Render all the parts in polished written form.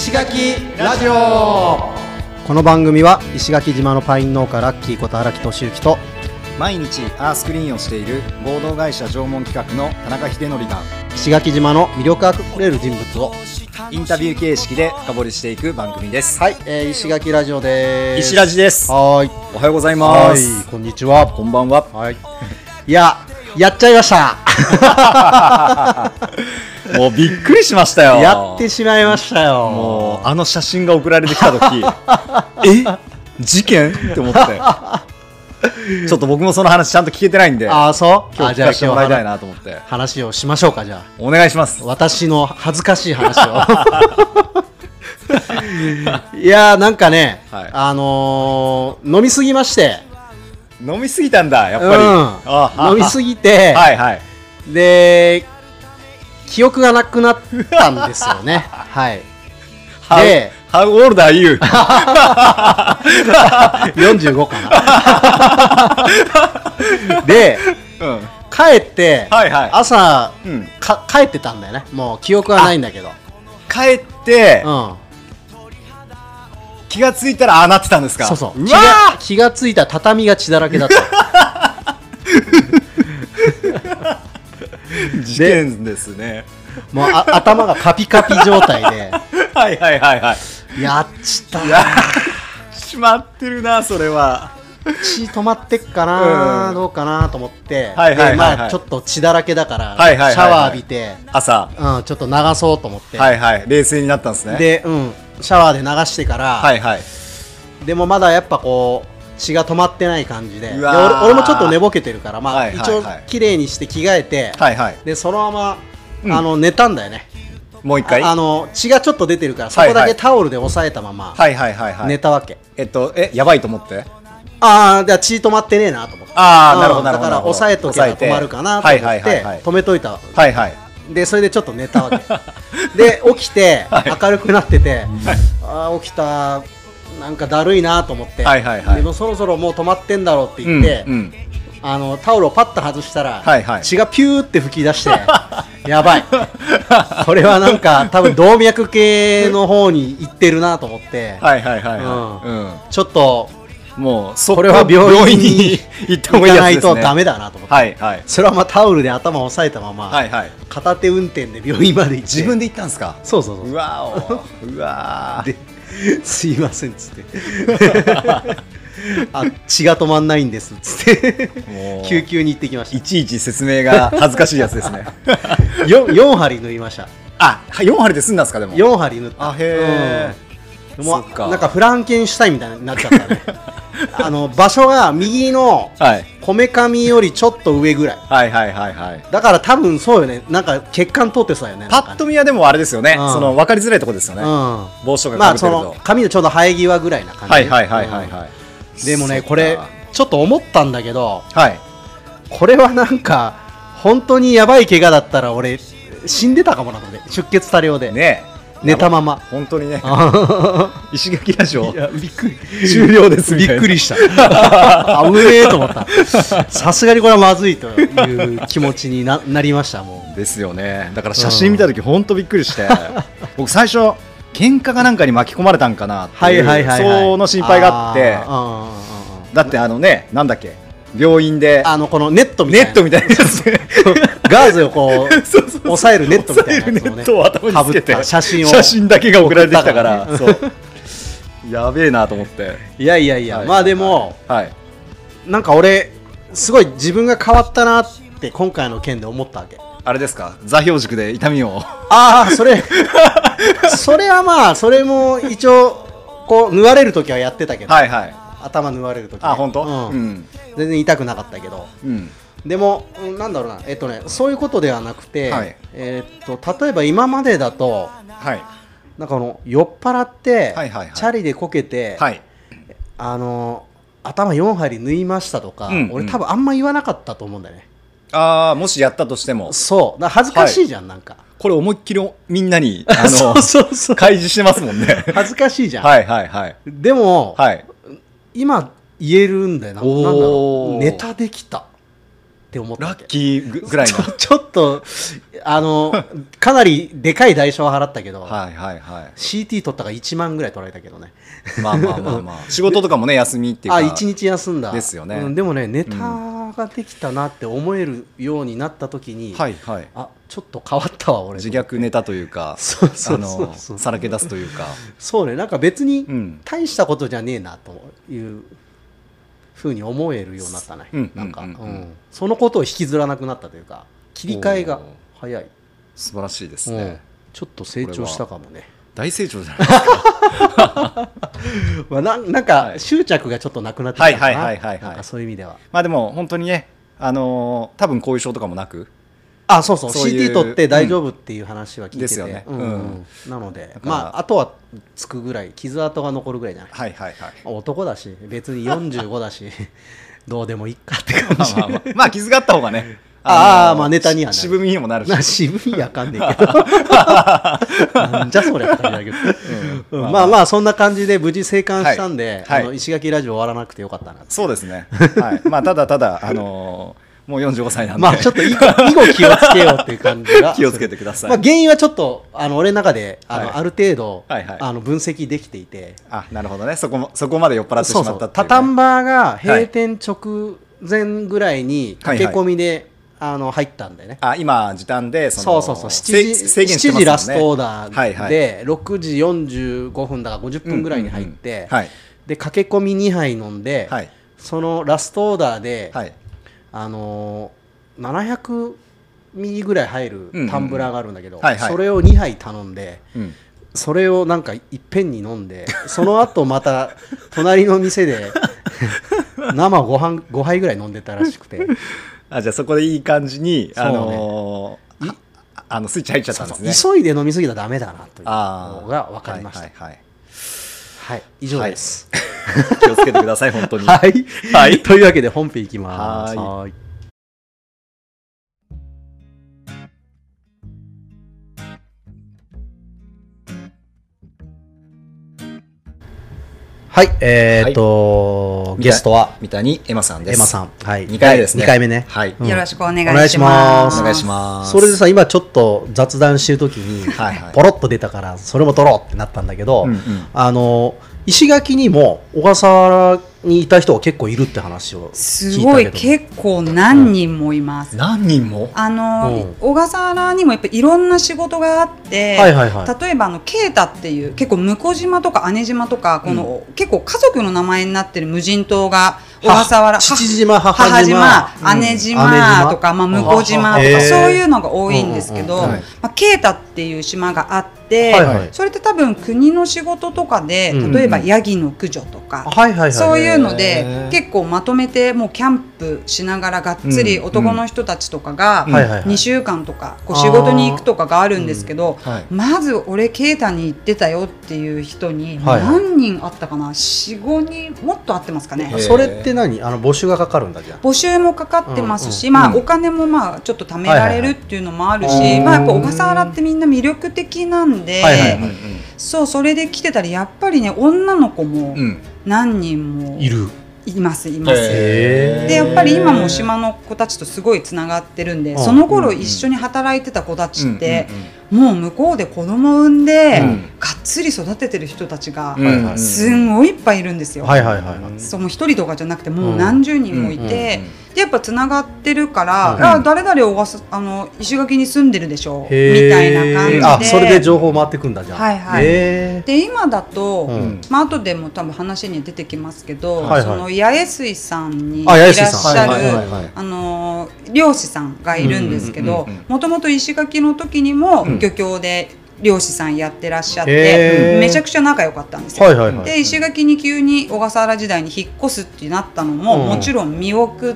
石垣ラジオ。この番組は石垣島のパイン農家ラッキーこと荒木俊之と毎日アースクリーンをしている合同会社縄文企画の田中秀則が石垣島の魅力あふれる人物をインタビュー形式で深掘りしていく番組です。 はい、石垣ラジオです。 石ラジです。 はい、 おはようございます。 はい、こんにちは。 こんばんは。 はい、いやっちゃいましたもうびっくりしましたよ。 やってしまいましたよ。 もうあの写真が送られてきた時事件って思ってちょっと僕もその話ちゃんと聞けてないんで、 ああそう、 今日聞かせてもらいたいなと思って話をしましょうか。じゃあお願いします。 私の恥ずかしい話をいやなんかね、はい、飲みすぎまして。 飲みすぎたんだやっぱり、 飲みすぎてはいはい、 で記憶がなくなったんですよねはい。で How old are you? 45かなで、帰って、はいはい、朝、帰ってたんだよね。もう記憶はないんだけど帰って、気がついたらああなってたんですか。 そうそう、気がついたら畳が血だらけだった事件ですね。 もう頭がカピカピ状態ではいはいはいはい、 やっちったしまってるなそれは。 血止まってっかな、どうかなと思って、 はいはいはいはい、 でまあちょっと血だらけだから、 はいはいはいはい、 シャワー浴びて朝、 ちょっと流そうと思って、 はいはい、冷静になったんですね。 で、シャワーで流してから、 はいはい、 でもまだやっぱこう血が止まってない感じで、俺もちょっと寝ぼけてるから、まあはいはいはい、一応綺麗にして着替えて、はいはい、でそのまま、寝たんだよね。もう一回血がちょっと出てるから、そこだけタオルで押さえたまま寝たわけ。 やばいと思って、 じゃあ血止まってねえなと思って、 なるほどなるほど、 だから押さえとけば止まるかなと思って止めといた。はいはい、でそれでちょっと寝たわけで起きて明るくなってて、起きた、なんかだるいなと思って、でもそろそろもう止まってんだろうって言って、タオルをパッと外したら、血がピューって吹き出してやばいこれはなんか多分動脈系の方に行ってるなと思って、ちょっともうこれは病院に行かないとダメだなと思って、それはまあタオルで頭を押さえたまま片手運転で病院まで行って。 自分で行ったんですか。 そうそうそう。 うわですいませんっつって血が止まんないんですっつって救急に行ってきました。 いちいち説明が恥ずかしいやつですね 4針縫いました。 4針で済んだんですか。でも 4針縫った。 へえ、もうなんかフランケンシュタインみたいになっちゃったね場所が右のこめかみよりちょっと上ぐらい。だから多分そうよね、なんか血管通ってそうよね。 パッと見はでもあれですよね、その分かりづらいところですよね、帽子とかかぶってると、 まあその髪のちょうど生え際ぐらいな感じ。でもね、これちょっと思ったんだけど、これはなんか本当にやばい怪我だったら俺死んでたかもなので、出血多量でね、寝たまま。 本当にね石垣ラジオびっくり終了ですみたいな。 びっくりした危ねえと思った。さすがにこれはまずいという気持ちに なりました。もうですよね。だから写真見た時本当びっくりして僕最初喧嘩かなんかに巻き込まれたんかなっていうその心配があって、だってなんだっけ、病院でこのネットみたいなやつガーゼをこう押さえるネットみたいなやつをね、 頭につけて写真だけが送られてきたからそうやべえなと思って。 いやまあでもなんか俺すごい自分が変わったなって今回の件で思ったわけ。 あれですか、座標軸で痛みをそれはまあそれも一応こう縫われるときはやってたけど、頭縫われるとき本当、 全然痛くなかったけど、でもなんだろうな、そういうことではなくて、例えば今までだと、なんか酔っ払って、チャリでこけて、頭4針縫いましたとか、俺多分あんま言わなかったと思うんだよね。 もしやったとしても。 そうだ、恥ずかしいじゃん、なんかこれ思いっきりみんなにそう開示してますもんね恥ずかしいじゃん。でも、今言えるんだよな。なんだろう、ネタできた。 って思ったラッキーぐらいのちょっとかなりでかい代償を払ったけど、 はいはいはい、 CT 取ったから1万ぐらい取られたけどね。 まあまあまあまあ仕事とかもね休みっていうか 1日休んだですよね、 うん、でもねネタができたなって思えるようになった時に、 はいはい、 あちょっと変わったわ俺。 自虐ネタというかさらけ出すというかそうね、なんか別に大したことじゃねえなというふうに思えるようになったね。なんかそのことを引きずらなくなったというか切り替えが早い。 素晴らしいですね。 ちょっと成長したかもね。 大成長じゃないですかまあなんか執着がちょっとなくなってきたかな。なんかそういう意味では。 まあでも本当にね、多分後遺症とかもなく、 あ、そうそう、CT 取って大丈夫っていう話は聞いてて、ですよね。なので、まああとはつくぐらい、傷跡が残るぐらいじゃない。 はいはいはい。 男だし、別に45だし、どうでもいいかって感じ。 まあ傷があった方がね。 まあネタにはなる。 渋みにもなるし。 渋みやかんねえけど。なんじゃそれって感じだけど。まあまあそんな感じで無事生還したんで、石垣ラジオ終わらなくてよかったな。 そうですね。はい。まあただもう45歳なんで。 まあちょっと以後気をつけようっていう感じが。 気をつけてください。 まあ原因はちょっと俺の中である程度分析できていて。 あ、なるほどね。そこまで酔っ払ってしまったっていうね。 タタンバーが閉店直前ぐらいに駆け込みで入ったんでね。 あ、今時短でそう7時ラストオーダーで6時45分だから50分ぐらいに入ってで駆け込み2杯飲んでそのラストオーダーで700ミリぐらい入るタンブラーがあるんだけどそれを2杯頼んでそれをなんかいっぺんに飲んでその後また隣の店で生5杯ぐらい飲んでたらしくて。 あ、じゃあそこでいい感じに、スイッチ入っちゃったんですね。 急いで飲みすぎたらダメだなというのが分かりました。はい、以上です。 気をつけてください、本当に。 はい。というわけで本編いきます。はい。はい、ゲストは三谷エマさんです。 エマさん、はい、 2回目ですね。 2回目ね。 はい、よろしくお願いします。 お願いします。 それでさ、今ちょっと雑談してるときにポロッと出たからそれも撮ろうってなったんだけど、石垣にも小笠原にいた人が結構いるって話を聞いたけど。 すごい、結構何人もいます。 何人も？ 小笠原にもやっぱりいろんな仕事があって、例えば啓太っていう結構向島とか姉島とかこの、結構家族の名前になってる無人島が小笠原、 父島、母島、姉島とか、向島とかそういうのが多いんですけど、啓太っていう島があって、それって多分国の仕事とかで、例えばヤギの駆除とか、そういうので結構まとめてもうキャンプしながらがっつり男の人たちとかが2週間とかこう仕事に行くとかがあるんですけど、まず俺啓太に行ってたよっていう人に何人あったかな、4、5人もっとあってますかね。 それって何？募集がかかるんだじゃん。 募集もかかってますし、お金もちょっと貯められるっていうのもあるし、やっぱ小笠原ってみんな魅力的なんで、それで来てたり、やっぱりね女の子も何人もいます。でやっぱり今も島の子たちとすごいつながってるんで、その頃一緒に働いてた子たちってもう向こうで子供を産んでがっつり育ててる人たちがすんごいいっぱいいるんですよ。その一人とかじゃなくてもう何十人もいて、でやっぱつながってるから、誰々石垣に住んでるでしょみたいな感じで、 それで情報回ってくんだじゃん。 で今だと、後でも多分話に出てきますけど、その八重水さんにいらっしゃる漁師さんがいるんですけど、もともと石垣の時にも漁協で漁師さんやってらっしゃって、めちゃくちゃ仲良かったんですよ。で石垣に急に小笠原時代に引っ越すってなったのももちろん見送って、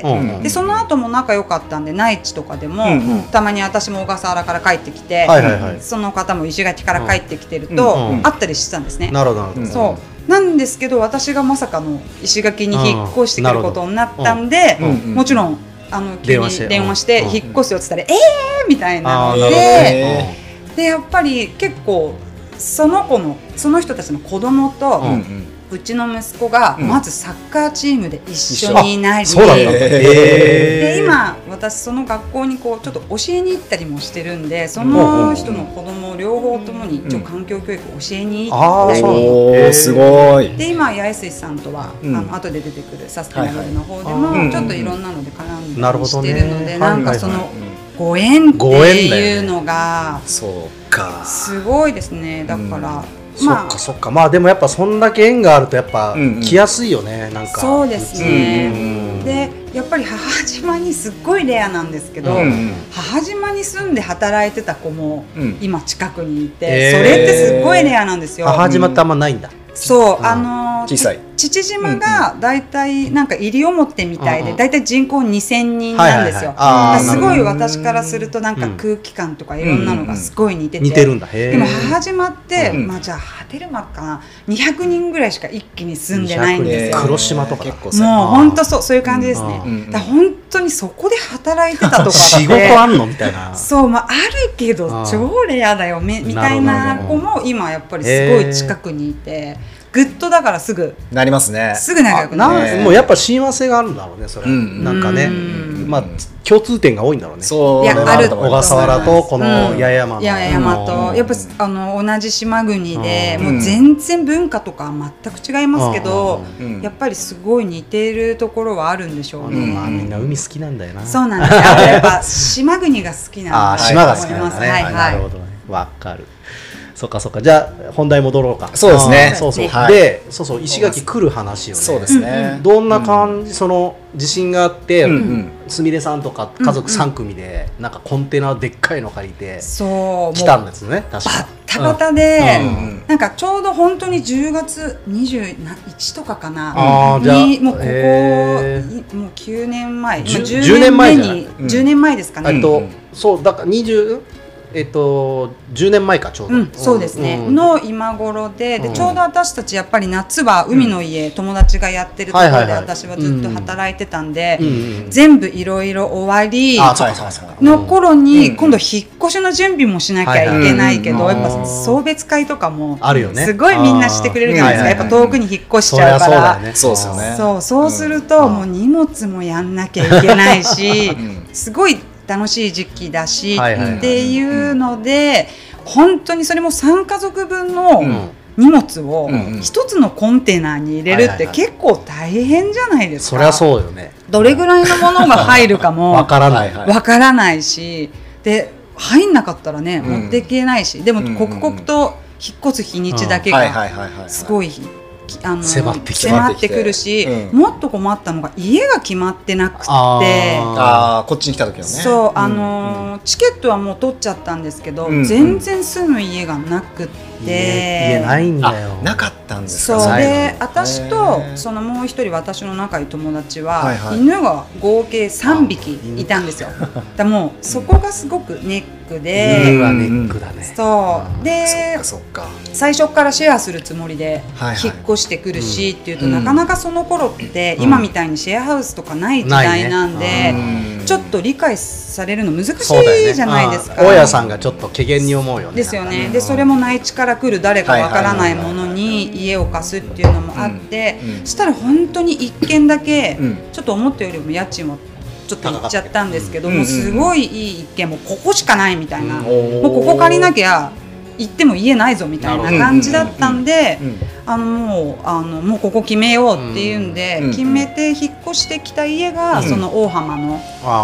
でその後も仲良かったんで内地とかでもたまに私も小笠原から帰ってきて、その方も石垣から帰ってきてると会ったりしてたんですね。そうなんですけど、私がまさかの石垣に引っ越してくることになったんで、もちろん急に電話して引っ越すよって言ったらみたいなので、やっぱり結構その人たちの子供と、うちの息子がまずサッカーチームで一緒になり、で今私その学校にこうちょっと教えに行ったりもしてるんで、その人の子供両方ともに一応環境教育を教えに行ったり、 すごい。 で今八重水さんとは後で出てくるサステナブルの方でもちょっといろんなので絡んでたりしてるので、なんかそのご縁っていうのがすごいですね。だからそっかそっか、まあでもやっぱそんだけ縁があるとやっぱ来やすいよね、なんか。 そうですね。でやっぱり母島にすっごいレアなんですけど、母島に住んで働いてた子も今近くにいて、それってすっごいレアなんですよ。 母島ってあんまないんだ。 そう、 小さい父島がだいたいなんか西表みたいでだいたい人口2000人なんですよ。すごい私からするとなんか空気感とかいろんなのがすごい似てて、 似てるんだ。 でも母島ってまあじゃあ波照間かな、200人ぐらいしか一気に住んでないんですよ。 黒島とかもう本当そういう感じですね。だから本当にそこで働いてたとかって仕事あんのみたいな。 そう、まああるけど超レアだよみたいな子も今やっぱりすごい近くにいて、ぐっとだからすぐなりますね。 すぐ仲良くなる。 もうやっぱ親和性があるんだろうね、それ。なんかね、まあ共通点が多いんだろうね。 そう、いやある。 小笠原とこの八重山の。 八重山とやっぱ同じ島国で、もう全然文化とか全く違いますけど、やっぱりすごい似ているところはあるんでしょうね。 まあみんな海好きなんだよな。 そうなんですよ。やっぱ島国が好きなんだと思います。 島が好きなんだね。なるほどね。わかる。そっかそっか、じゃあ本題戻ろうか。 そうですね。 そうそう。で、そうそう、石垣来る話よね。 そうですね。 どんな感じ、その地震があってすみれさんとか家族3組でなんかコンテナでっかいの借りて来たんですね。確かバッタバタで、なんかちょうど本当に10月21とかかなに、もうここもう9年前、10年前に10年前ですかね。 そうだから10年前かちょうど、 そうですね、の今頃でちょうど私たちやっぱり夏は海の家、友達がやってるところで私はずっと働いてたんで、全部いろいろ終わりの頃に今度引っ越しの準備もしなきゃいけないけど、やっぱ送別会とかもすごいみんなしてくれるじゃないですか。やっぱ遠くに引っ越しちゃうから。そうするともう荷物もやんなきゃいけないし、すごい楽しい時期だしっていうので、本当にそれも3家族分の荷物を一つのコンテナに入れるって結構大変じゃないですか。 そりゃそうよね。 どれぐらいのものが入るかもわからないし、で入んなかったらね持っていけないし、でも刻々と引っ越す日にちだけがすごい迫ってくるし、もっと困ったのが家が決まってなくて、 こっちに来た時のね。 そう、チケットはもう取っちゃったんですけど、全然住む家がなくて、 家ないんだよ。 なかったんですか。 そうで、私とそのもう一人私の仲いい友達は犬が合計3匹いたんですよ。だもうそこがすごくネックで、 犬はネックだね。 そうで、最初からシェアするつもりで引っ越してくるしっていうと、なかなかその頃って今みたいにシェアハウスとかない時代なんで、ちょっと理解されるの難しいじゃないですか。 大家さんがちょっと怪げに思うよね。 ですよね。でそれも内地から来る誰かわからないものに家を貸すっていうのもあって、そしたら本当に1軒だけちょっと思ったよりも家賃もちょっと行っちゃったんですけど、もうすごいいい一軒、もうここしかないみたいな、もうここ借りなきゃ行っても家ないぞみたいな感じだったんで、もうここ決めようっていうんで決めて引っ越してきた家がその大浜の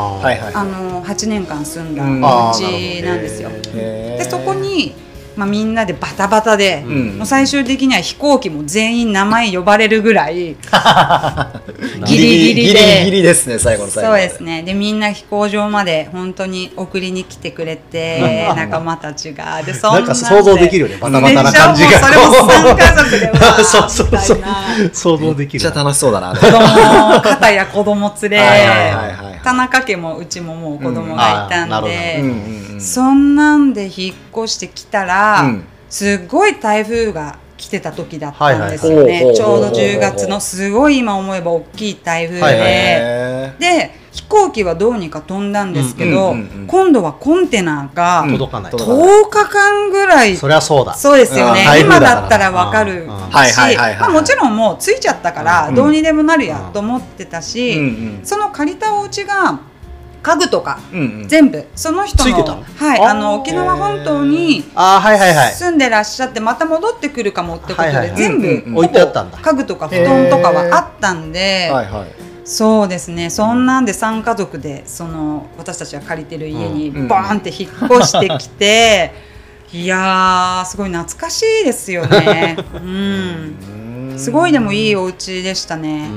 8年間住んだお家なんですよ。でそこにみんなでバタバタで、もう最終的には飛行機も全員名前呼ばれるぐらいギリギリですね、最後の最後。 そうですね。でみんな飛行場まで本当に送りに来てくれて、仲間たちがで、そんなんか想像できるよね、バタバタな感じが。 それも3家族でそう想像できる。 めっちゃ楽しそうだな。 子供片や子供連れ、田中家もうちももう子供がいたんで、そんなんで引っ越してきたら、すっごい台風が来てた時だったんですよね。ちょうど10月のすごい今思えば大きい台風で、 飛行機はどうにか飛んだんですけど、今度はコンテナが届かない、 10日間ぐらい、 そりゃそうだ、 そうですよね、今だったら分かるし、もちろんもう着いちゃったからどうにでもなるやと思ってたし、その借りたお家が家具とか全部その人の、沖縄本島に住んでらっしゃって、また戻ってくるかもってことで全部置いてあったんだ。 家具とか布団とかはあったんで、そうですね、そんなんで3家族でその私たちが借りてる家にバーンって引っ越してきて、いやーすごい懐かしいですよね。すごいでもいいお家でしたね。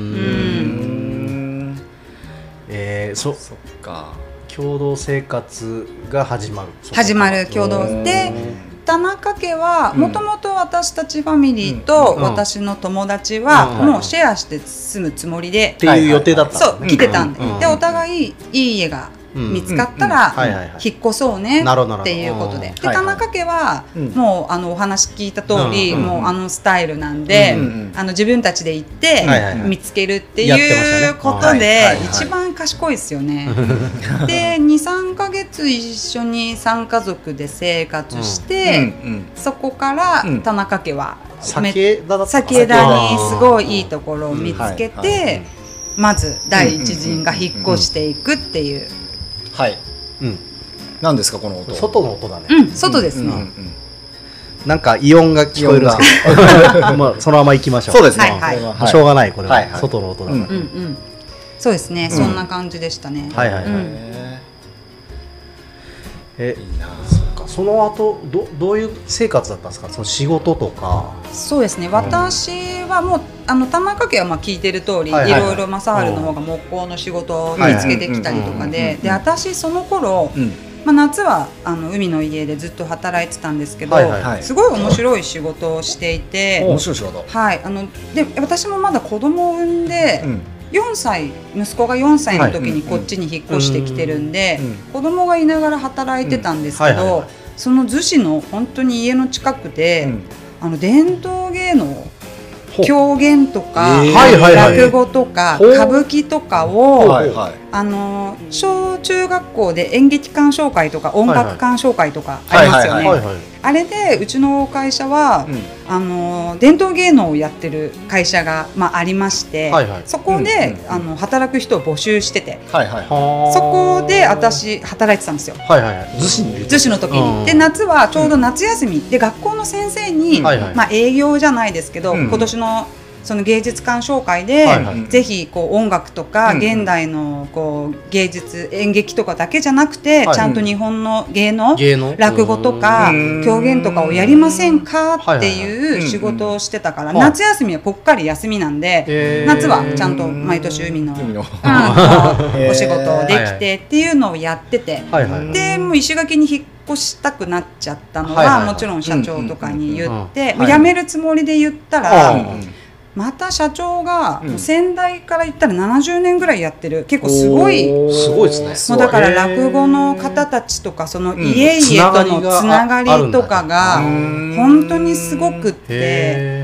そっか、共同生活が始まる共同で、田中家はもともと私たちファミリーと私の友達はもうシェアして住むつもりでっていう予定だった、 そう来てたんで、でお互いいい家が見つかったら引っ越そうねっていうことで、田中家はもうお話聞いた通りもうスタイルなんで、自分たちで行って見つけるっていうことで一番賢いですよね。で 2,3 ヶ月一緒に3家族で生活して、そこから田中家は先枝にすごいいいところを見つけて、まず第一陣が引っ越していくっていう。 はい。何ですかこの音？ 外の音だね。 外ですね。 なんかイオンが聞こえるんですけど、まあそのまま行きましょう。 そうですね。 しょうがない、これは外の音だから。 そうですね。そんな感じでしたね。 はいはいはい。いいな。その後どういう生活だったんですか？その仕事とか。 そうですね。私はもう田中家はまあ聞いてる通り、いろいろ正治の方が木工の仕事を見つけてきたりとかで、私その頃、夏は海の家でずっと働いてたんですけど、すごい面白い仕事をしていて、 面白い仕事。 はい。で私もまだ子供を産んで。4歳息子が4歳の時にこっちに引っ越してきてるんで、子供がいながら働いてたんですけど、その逗子の本当に家の近くで、伝統芸能狂言とか落語とか歌舞伎とかを小中学校で演劇鑑賞会とか音楽鑑賞会とかありますよね。あれでうちの会社は伝統芸能をやってる会社がありまして、そこで働く人を募集してて、そこで私働いてたんですよ。逗子の時に。で夏はちょうど夏休みで学校の先生に営業じゃないですけど、今年のその芸術鑑賞会でぜひこう音楽とか現代のこう芸術演劇とかだけじゃなくて、ちゃんと日本の芸能落語とか狂言とかをやりませんかっていう仕事をしてたから、夏休みはぽっかり休みなんで、夏はちゃんと毎年海のお仕事できてっていうのをやってて、でもう石垣に引っ越したくなっちゃったのはもちろん社長とかに言って、辞めるつもりで言ったら、また社長が先代から言ったら70年ぐらいやってる、結構すごいですね。もうだから落語の方たちとかその家々とのつながりとかが本当にすごくって、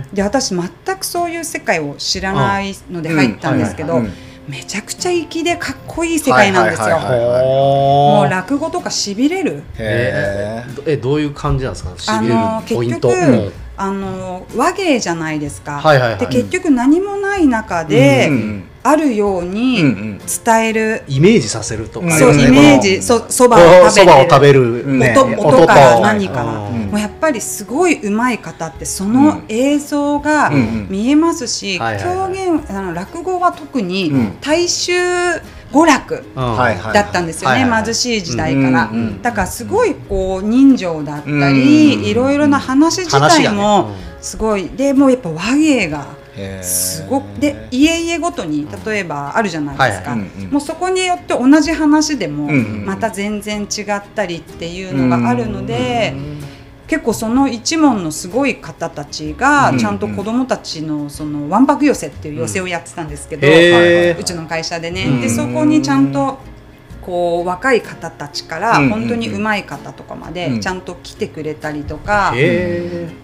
で私全くそういう世界を知らないので入ったんですけど、めちゃくちゃ粋でかっこいい世界なんですよ。もう落語とかしびれる。 どういう感じなんですか？しびれるポイント。 話芸じゃないですか。で結局何もない中であるように伝える、 イメージさせるとか、 そうイメージ、そばを食べる音から何から、もうやっぱりすごいうまい方ってその映像が見えますし、狂言落語は特に大衆娯楽だったんですよね、貧しい時代から。だからすごいこう人情だったり、いろいろな話自体もすごいで、もうやっぱ話芸がすごくで、家々ごとに例えばあるじゃないですか、もうそこによって同じ話でもまた全然違ったりっていうのがあるので、結構その一門のすごい方たちがちゃんと子どもたちのそのわんぱく寄せっていう寄せをやってたんですけど、うちの会社でね、でそこにちゃんとこう若い方たちから本当に上手い方とかまでちゃんと来てくれたりとか、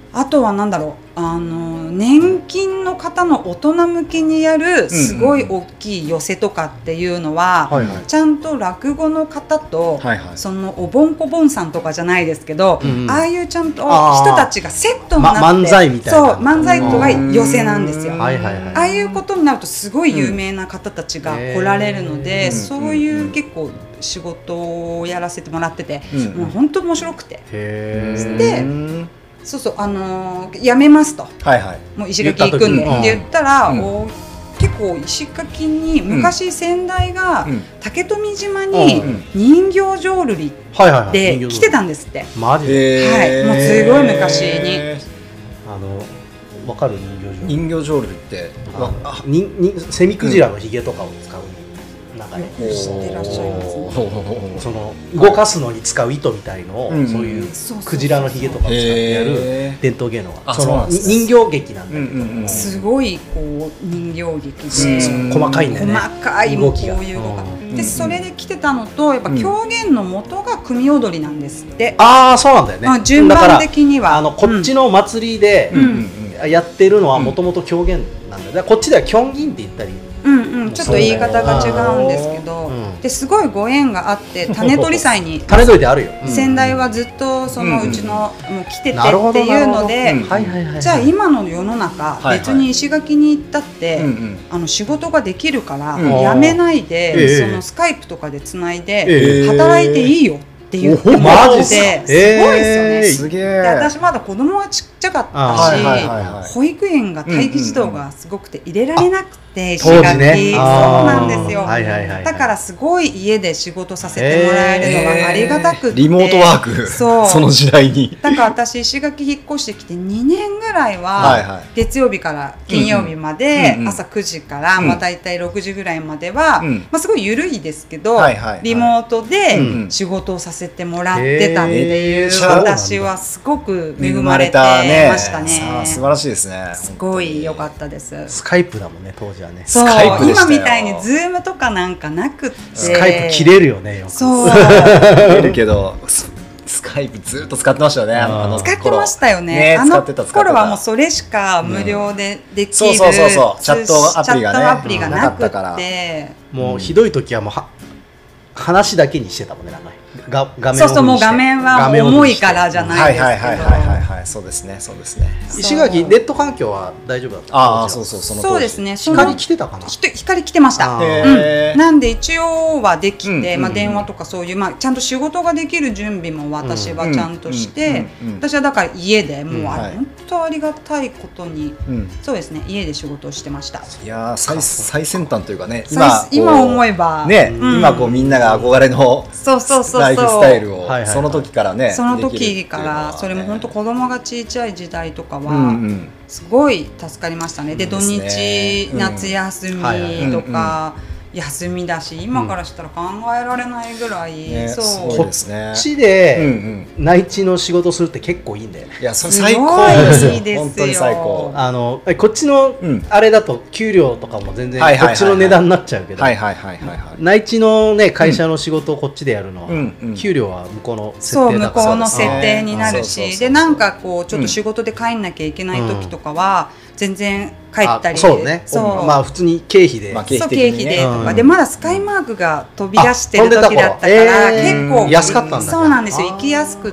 あとはなんだろう、年金の方の大人向けにやるすごい大きい寄席とかっていうのは、ちゃんと落語の方と、そのおぼんこぼんさんとかじゃないですけど、ああいうちゃんと人たちがセットになって、 漫才みたいな、 そう漫才とが寄席なんですよ。ああいうことになるとすごい有名な方たちが来られるので、そういう結構仕事をやらせてもらってて、もう本当面白くて、でそうそう辞めますと、もう石垣行くんでって言ったら、結構石垣に昔先代が竹富島に人形浄瑠璃で来てたんですって。 マジで？ はい、もうすごい昔に。 わかる？ 人形浄瑠璃ってセミクジラのヒゲとかを使う。 知ってらっしゃいますね。 その動かすのに使う糸みたいのを、そういうクジラのヒゲとかを使ってやる伝統芸能が、その人形劇なんだけど、 すごいこう人形劇で細かいんだよね、 細かい動きがこういう動きで、それで来てたのと、やっぱ狂言の元が組踊りなんですって。 ああ、そうなんだよね。 順番的にはこっちの祭りでやってるのはもともと狂言なんだよ。こっちではキョンギンって言ったり、 ちょっと言い方が違うんですけど、ですごいご縁があって種取り祭に種取りであるよ。 先代はずっとそのうちのもう来ててっていうので、じゃあ今の世の中別に石垣に行ったって仕事ができるから辞めないで、そのスカイプとかでつないで働いていいよって言ってもらって、すごいですよね。で、私まだ子供はちっちゃかったし、保育園が待機児童がすごくて入れられなくて、石垣、そうなんですよ。だからすごい家で仕事させてもらえるのがありがたくて、 リモートワーク、その時代に。 だから私石垣引っ越してきて2年ぐらいは月曜日から金曜日まで朝9時からまあ大体6時ぐらいまでは、まあすごい緩いですけどリモートで仕事をさせてもらってたっていう、私はすごく恵まれてましたね。 素晴らしいですね。 すごい良かったです。 スカイプだもんね、当時。 そう、今みたいにズームとかなんかなくって、 スカイプ切れるよね、よく。 そう切れるけどスカイプずっと使ってましたよね。 使ってましたよね。あの頃はもうそれしか無料でできるチャットアプリがなくて、 もうひどい時はもう話だけにしてたもんね。画面そうそう、もう画面は重いからじゃないですけど、 そうですね、そうですね。 石垣ネット環境は大丈夫だった？ ああ、そうそう、 そうですね。 光来てたかな？ 光来てました。なんで一応はできて、まあ電話とかそういうまあちゃんと仕事ができる準備も私はちゃんとして、私はだから家でもう本当ありがたいことに、そうですね、家で仕事をしてました。 いや最先端というかね、 今思えばね、今こうみんなが憧れのライフスタイルをその時からね、 その時からそれも本当子供が小さい時代とかはすごい助かりましたね。で土日夏休みとか休みだし、今からしたら考えられないぐらい、そうこっちで内地の仕事するって結構いいんだよね。 いや、それ最高ですよ。本当に最高。 こっちのあれだと給料とかも全然こっちの値段になっちゃうけど、内地のね会社の仕事をこっちでやるのは給料は向こうの設定だから、 向こうの設定になるし、でなんかこうちょっと仕事で帰んなきゃいけない時とかは全然帰ったり、 そうね、まあ普通に経費で、 そう経費でとかで、まだスカイマークが飛び出してる時だったから結構安かったんだ。 そうなんですよ、行きやすくって、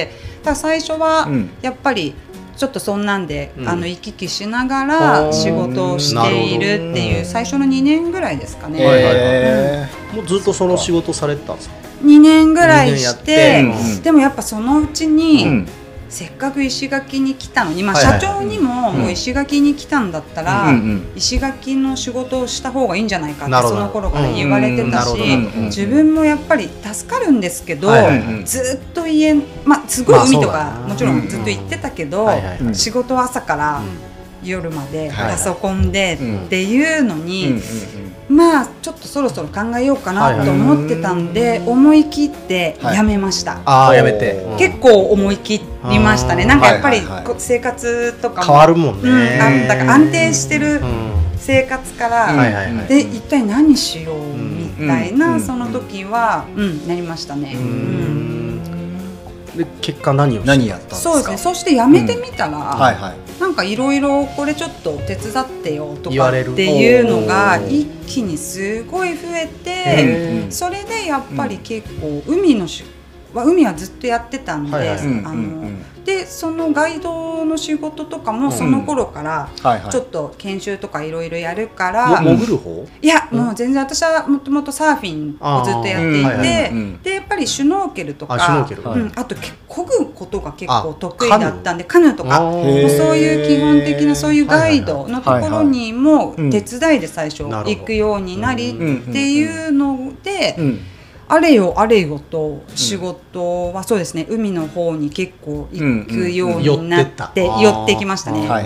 だから最初はやっぱりちょっとそんなんで行き来しながら仕事をしているっていう最初の2年ぐらいですかね。 もうずっとその仕事されてたんですか ？2年ぐらいして、でもやっぱそのうちにせっかく石垣に来たのに、まあ社長にももう石垣に来たんだったら石垣の仕事をした方がいいんじゃないかってその頃から言われてたし、自分もやっぱり助かるんですけど、ずっと家、まあすごい海とかもちろんずっと行ってたけど、仕事は朝から夜までパソコンでっていうのに、まあちょっとそろそろ考えようかなと思ってたんで、思い切って辞めました。 辞めて結構思い切りましたね。なんかやっぱり生活とかも変わるもんね。 だから安定してる生活からで一体何しようみたいな、その時はなりましたね。 で結果何やったんですか？ そうですね。そして辞めてみたら、なんかいろいろこれちょっと手伝ってよとかっていうのが一気にすごい増えて、それでやっぱり結構海はずっとやってたんで、でそのガイドの仕事とかもその頃からちょっと研修とかいろいろやるから、 潜る方？ いやもう全然私はもともとサーフィンをずっとやっていて、でやっぱりシュノーケルとか、あと漕ぐことが結構得意だったんで、カヌーとかもうそういう基本的なそういうガイドのところにも手伝いで最初行くようになりっていうので。あれよあれよと仕事はそうですね、海の方に結構行くようになって寄ってきましたね。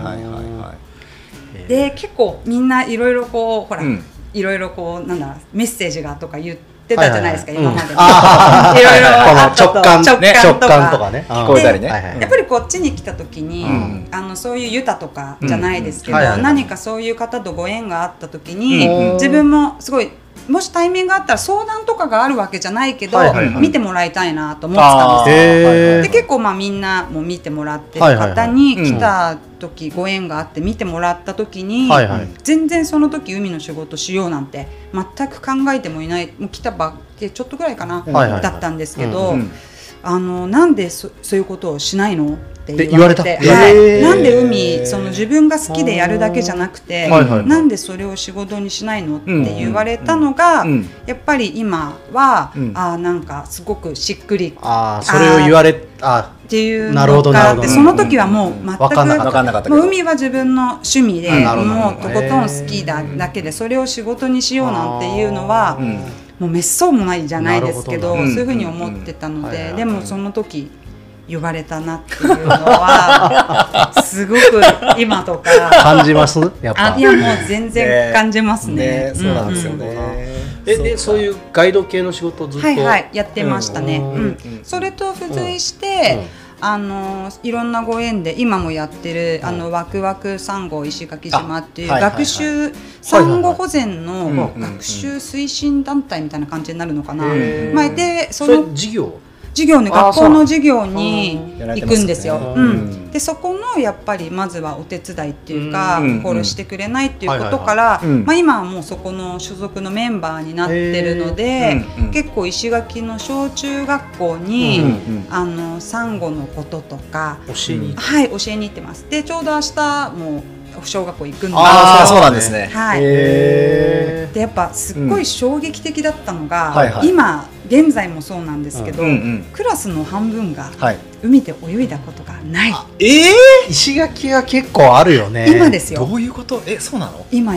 で結構みんないろいろこうほらいろいろこうなんだメッセージがとか言ってたじゃないですか、今までもいろいろ直感とかね聞こえたりね。 やっぱりこっちに来た時にそういうユタとかじゃないですけど、何かそういう方とご縁があった時に自分もすごいもしタイミングがあったら相談とかがあるわけじゃないけど、見てもらいたいなと思ってたんですよ。で結構みんなも見てもらってる方に来た時、ご縁があって見てもらった時に、全然その時海の仕事しようなんて全く考えてもいない、もう来たばっけちょっとぐらいかな、だったんですけど、なんでそういうことをしないのって言われて、なんで海その自分が好きでやるだけじゃなくて、なんでそれを仕事にしないのって言われたのが、やっぱり今はなんかすごくしっくり、 それを言われっていうのがあって、その時はもう全く分かんなかったけど、 海は自分の趣味でもうとことん好きだけで、それを仕事にしようなんていうのはもうめっそうもないじゃないですけど、そういうふうに思ってたので、でもその時言われたなっていうのはすごく今とか感じます。やっぱいやもう全然感じますね。 そうなんですよね。 でそういうガイド系の仕事をずっとやってましたね。それと付随していろんなご縁で今もやってるワクワクサンゴ石垣島っていう学習サンゴ保全の学習推進団体みたいな感じになるのかな。でその授業ね、学校の授業に行くんですよ。でそこのやっぱりまずはお手伝いっていうかフォローしてくれないっていうことから、今はもうそこの所属のメンバーになってるので、結構石垣の小中学校にサンゴのこととか教えに行ってます。でちょうど明日も小学校行くんですけど、 そうなんですね。 でやっぱすっごい衝撃的だったのが、今現在もそうなんですけど、クラスの半分が海で泳いだことがない。 石垣は結構あるよね。 今ですよ。 どういうこと？そうなの？ 今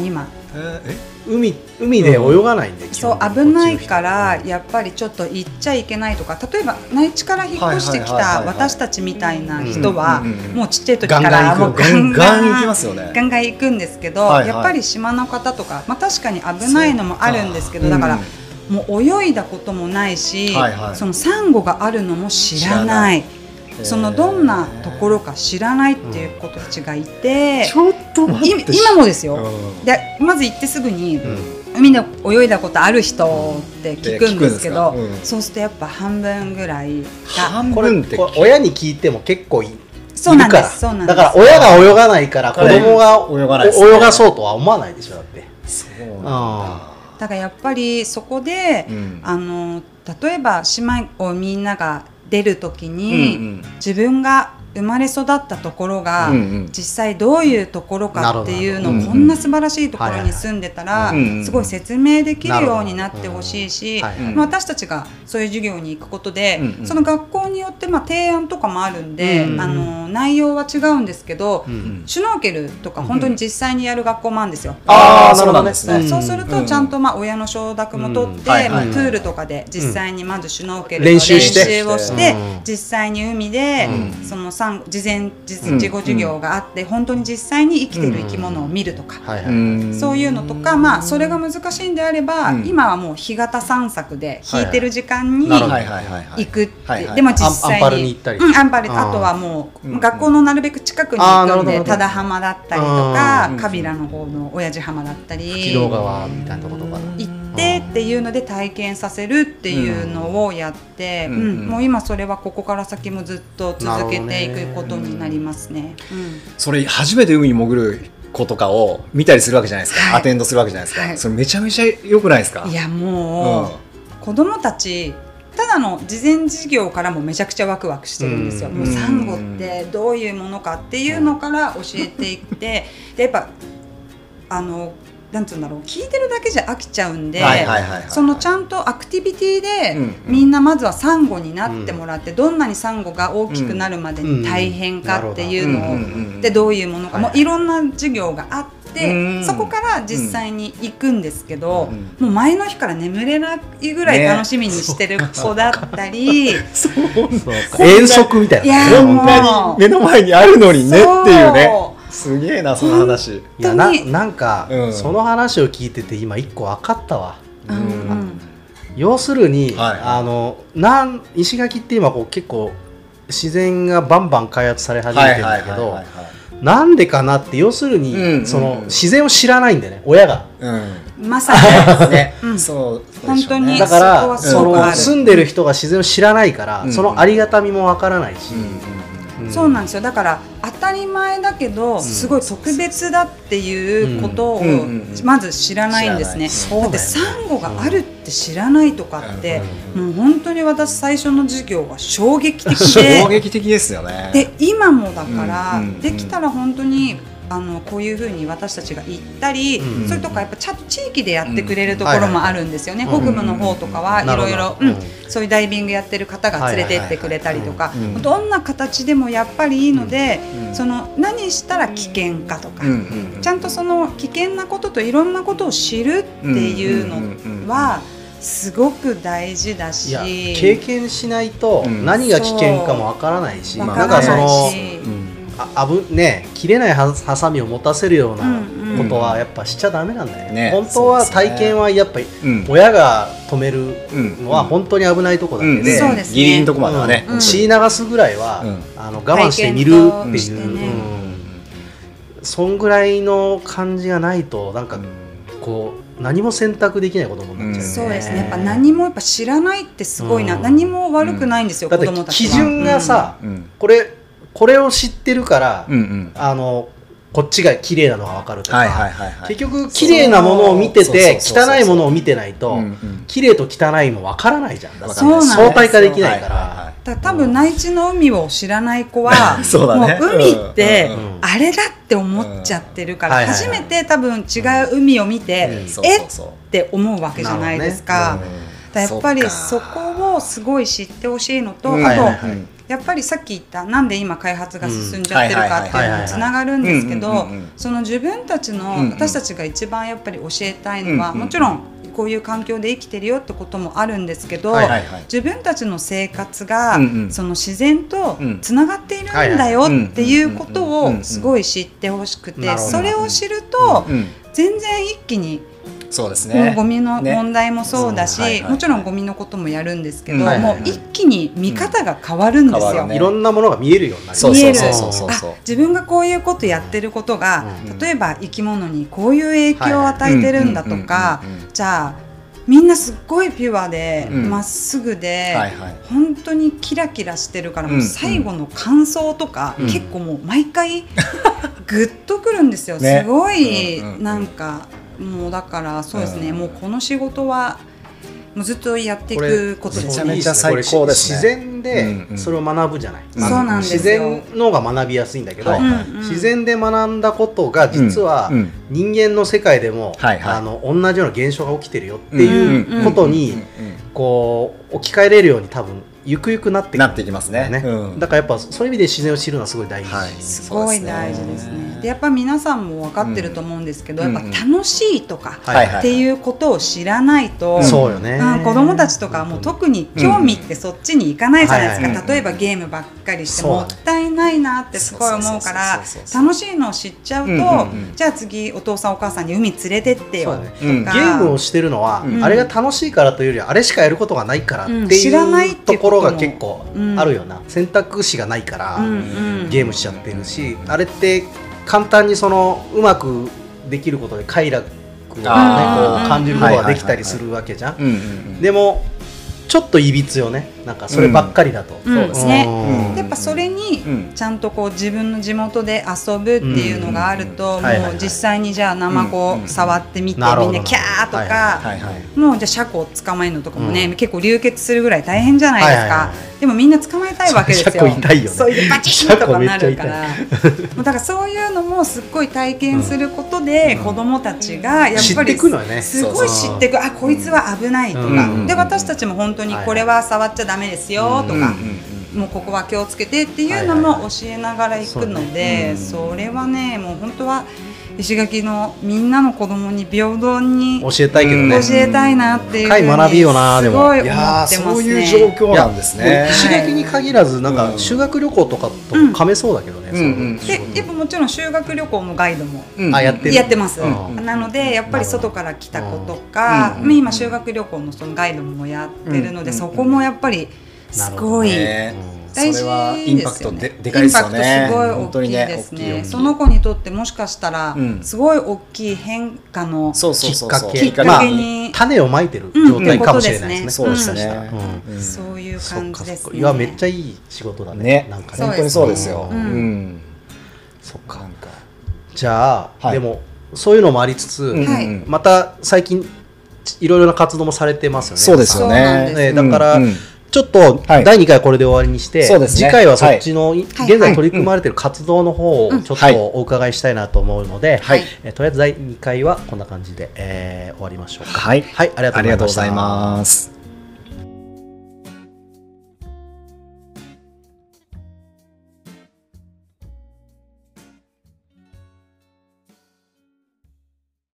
海で泳がないんで、 そう危ないからやっぱりちょっと行っちゃいけないとか、例えば内地から引っ越してきた私たちみたいな人はもうちっちゃい時からもうガンガン行くんですけど、やっぱり島の方とか確かに危ないのもあるんですけど、だからもう泳いだこともないし、そのサンゴがあるのも知らない、そのどんなところか知らないっていう子たちがいて、 ちょっと待って、 今もですよ。でまず行ってすぐに、海で泳いだことある人って聞くんですけど、そうするとやっぱ半分ぐらいが、 これ親に聞いても結構いるから、だから親が泳がないから子供が泳がそうとは思わないでしょ。だってだからやっぱりそこで、例えば島をみんなが出るときに、自分が生まれ育ったところが実際どういうところかっていうのを、こんな素晴らしいところに住んでたらすごい説明できるようになってほしいし、私たちがそういう授業に行くことで、その学校によって提案とかもあるんで、内容は違うんですけど、シュノーケルとか本当に実際にやる学校もあるんですよ。 そうなんですね。 そうするとちゃんと親の承諾も取って、プールとかで実際にまずシュノーケルの練習をして、実際に海でその事後授業があって、本当に実際に生きている生き物を見るとか、そういうのとか、それが難しいんであれば、今はもう干潟散策で引いてる時間に行くって、でも実際にアンパルに行ったり、 あとはもう学校のなるべく近くに行くんで、多田浜だったりとか、カビラの方の親父浜だったり、 木戸川みたいなところとか行っってっていうので体験させるっていうのをやって、もう今それはここから先もずっと続けていくことになりますね。 それ初めて海に潜る子とかを見たりするわけじゃないですか、アテンドするわけじゃないですか、それめちゃめちゃ良くないですか？ いやもう、子供たちただの事前授業からもめちゃくちゃワクワクしてるんですよ。もうサンゴってどういうものかっていうのから教えていってでやっぱなんつうんだろう、聞いてるだけじゃ飽きちゃうんで、そのちゃんとアクティビティでみんなまずはサンゴになってもらって、どんなにサンゴが大きくなるまでに大変かっていうのをでどういうものか、もういろんな授業があってそこから実際に行くんですけど、もう前の日から眠れないぐらい楽しみにしてる子だったり、 遠足みたいな、 こんなに目の前にあるのにねっていうね。すげえなその話。 いやなんか、その話を聞いてて今一個分かったわ。要するに、石垣って今こう結構自然がバンバン開発され始めてるんだけど、なんでかなって、要するにその自然を知らないんだよね、親が。 まさにね、本当にだからその住んでる人が自然を知らないから、そのありがたみもわからないし。 そうなんですよ。だから当たり前だけどすごい特別だっていうことをまず知らないんですね。だってサンゴがあるって知らないとかってもう本当に私最初の授業は衝撃的で、 衝撃的ですよね。 で今もだからできたら本当にこういうふうに私たちが行ったり、それとかやっぱちゃんと地域でやってくれるところもあるんですよね。北部の方とかはいろいろそういうダイビングやってる方が連れてってくれたりとか、どんな形でもやっぱりいいので、その何したら危険かとか、ちゃんとその危険なことといろんなことを知るっていうのはすごく大事だし、 経験しないと何が危険かもわからないし、なんかその切れないハサミを持たせるようなことはやっぱしちゃダメなんだよね。本当は体験はやっぱり親が止めるのは本当に危ないとこだけで、 ギリギリのとこまではね、 血流すぐらいは我慢して見るっていう、そんぐらいの感じがないとなんかこう何も選択できない子供になっちゃう。 そうですね。やっぱ何もやっぱ知らないってすごいな。何も悪くないんですよ、子供たちは。 基準がさ、これを知ってるから、こっちが綺麗なのが分かるとか、結局綺麗なものを見てて汚いものを見てないと綺麗と汚いも分からないじゃん。相対化できないから。 多分内地の海を知らない子はもう海ってあれだって思っちゃってるから、初めて多分違う海を見てって思うわけじゃないですか。やっぱりそこをすごい知ってほしいのと、あとやっぱりさっき言ったなんで今開発が進んじゃってるかっていうのにつながるんですけど、その自分たちの私たちが一番やっぱり教えたいのは、もちろんこういう環境で生きてるよってこともあるんですけど、自分たちの生活がその自然とつながっているんだよっていうことをすごい知ってほしくて、それを知ると全然一気にそうですね、 ゴミの問題もそうだし、もちろんゴミのこともやるんですけど、もう一気に見方が変わるんですよ。 いろんなものが見えるようになる。 見える。自分がこういうことやってることが、例えば生き物にこういう影響を与えてるんだとか、じゃあみんなすっごいピュアでまっすぐで本当にキラキラしてるから、もう最後の感想とか結構もう毎回グッとくるんですよ。すごいなんかもうだからそうですね、もうこの仕事はもうずっとやっていくことです。 めちゃめちゃ最高ですね。 自然でそれを学ぶじゃない。 そうなんですよ。 自然のが学びやすいんだけど、自然で学んだことが実は人間の世界でも同じような現象が起きてるよっていうことにこう置き換えれるように多分ゆくゆくなってきますね。 だからやっぱそういう意味で自然を知るのはすごい大事。 すごい大事ですね。でやっぱ皆さんも分かってると思うんですけど、やっぱ楽しいとかっていうことを知らないと、 そうよね。 子供たちとかもう特に興味ってそっちに行かないじゃないですか。例えばゲームばっかりしてもったいないなってすごい思うから、楽しいのを知っちゃうと、じゃあ次お父さんお母さんに海連れてってよとか。ゲームをしてるのはあれが楽しいからというよりあれしかやることがないからっていうところが結構あるよな。選択肢がないからゲームしちゃってるし、あれって簡単にそのうまくできることで快楽こう感じることができたりするわけじゃん。でもちょっといびつよね、なんかそればっかりだと。 そうですね。やっぱそれにちゃんとこう自分の地元で遊ぶっていうのがあると、もう実際にじゃあナマコ触ってみて、みんなキャーとか、もうじゃあシャコを捕まえるのとかもね、結構流血するぐらい大変じゃないですか。でもみんな捕まえたいわけですよ。 シャコ痛いよね。 それでバチンとかなるから。だからそういうのもすっごい体験することで、子供たちがやっぱりすごい知っていく。あ、こいつは危ないとか。で私たちも本当にこれは触っちゃダメですよとか、もうここは気をつけてっていうのも教えながら行くので、それはね、もう本当は石垣のみんなの子供に平等に教えたいけどね、 教えたいなっていう深い学びよな。でもすごい思ってますね。 そういう状況なんですね。 石垣に限らずなんか修学旅行とかと噛めそうだけどね。 でやっぱもちろん修学旅行のガイドもやってます。なのでやっぱり外から来た子とか、今修学旅行のそのガイドもやってるので、そこもやっぱりすごい大事ですよね。 それはインパクトでかいですよね。 インパクトすごい大きいですね。その子にとってもしかしたらすごい大きい変化のきっかけに種をまいてる状態かもしれないですね。 そうですね。 そういう感じですね。 いやめっちゃいい仕事だね。 なんか本当にそうですよ。 そっか。じゃあでもそういうのもありつつ、また最近いろいろな活動もされてますよね。 そうですよね。 だからちょっと第2回これで終わりにして、次回はそっちの現在取り組まれている活動の方をちょっとお伺いしたいなと思うので、とりあえず第2回はこんな感じで終わりましょうか。 はい、ありがとうございます。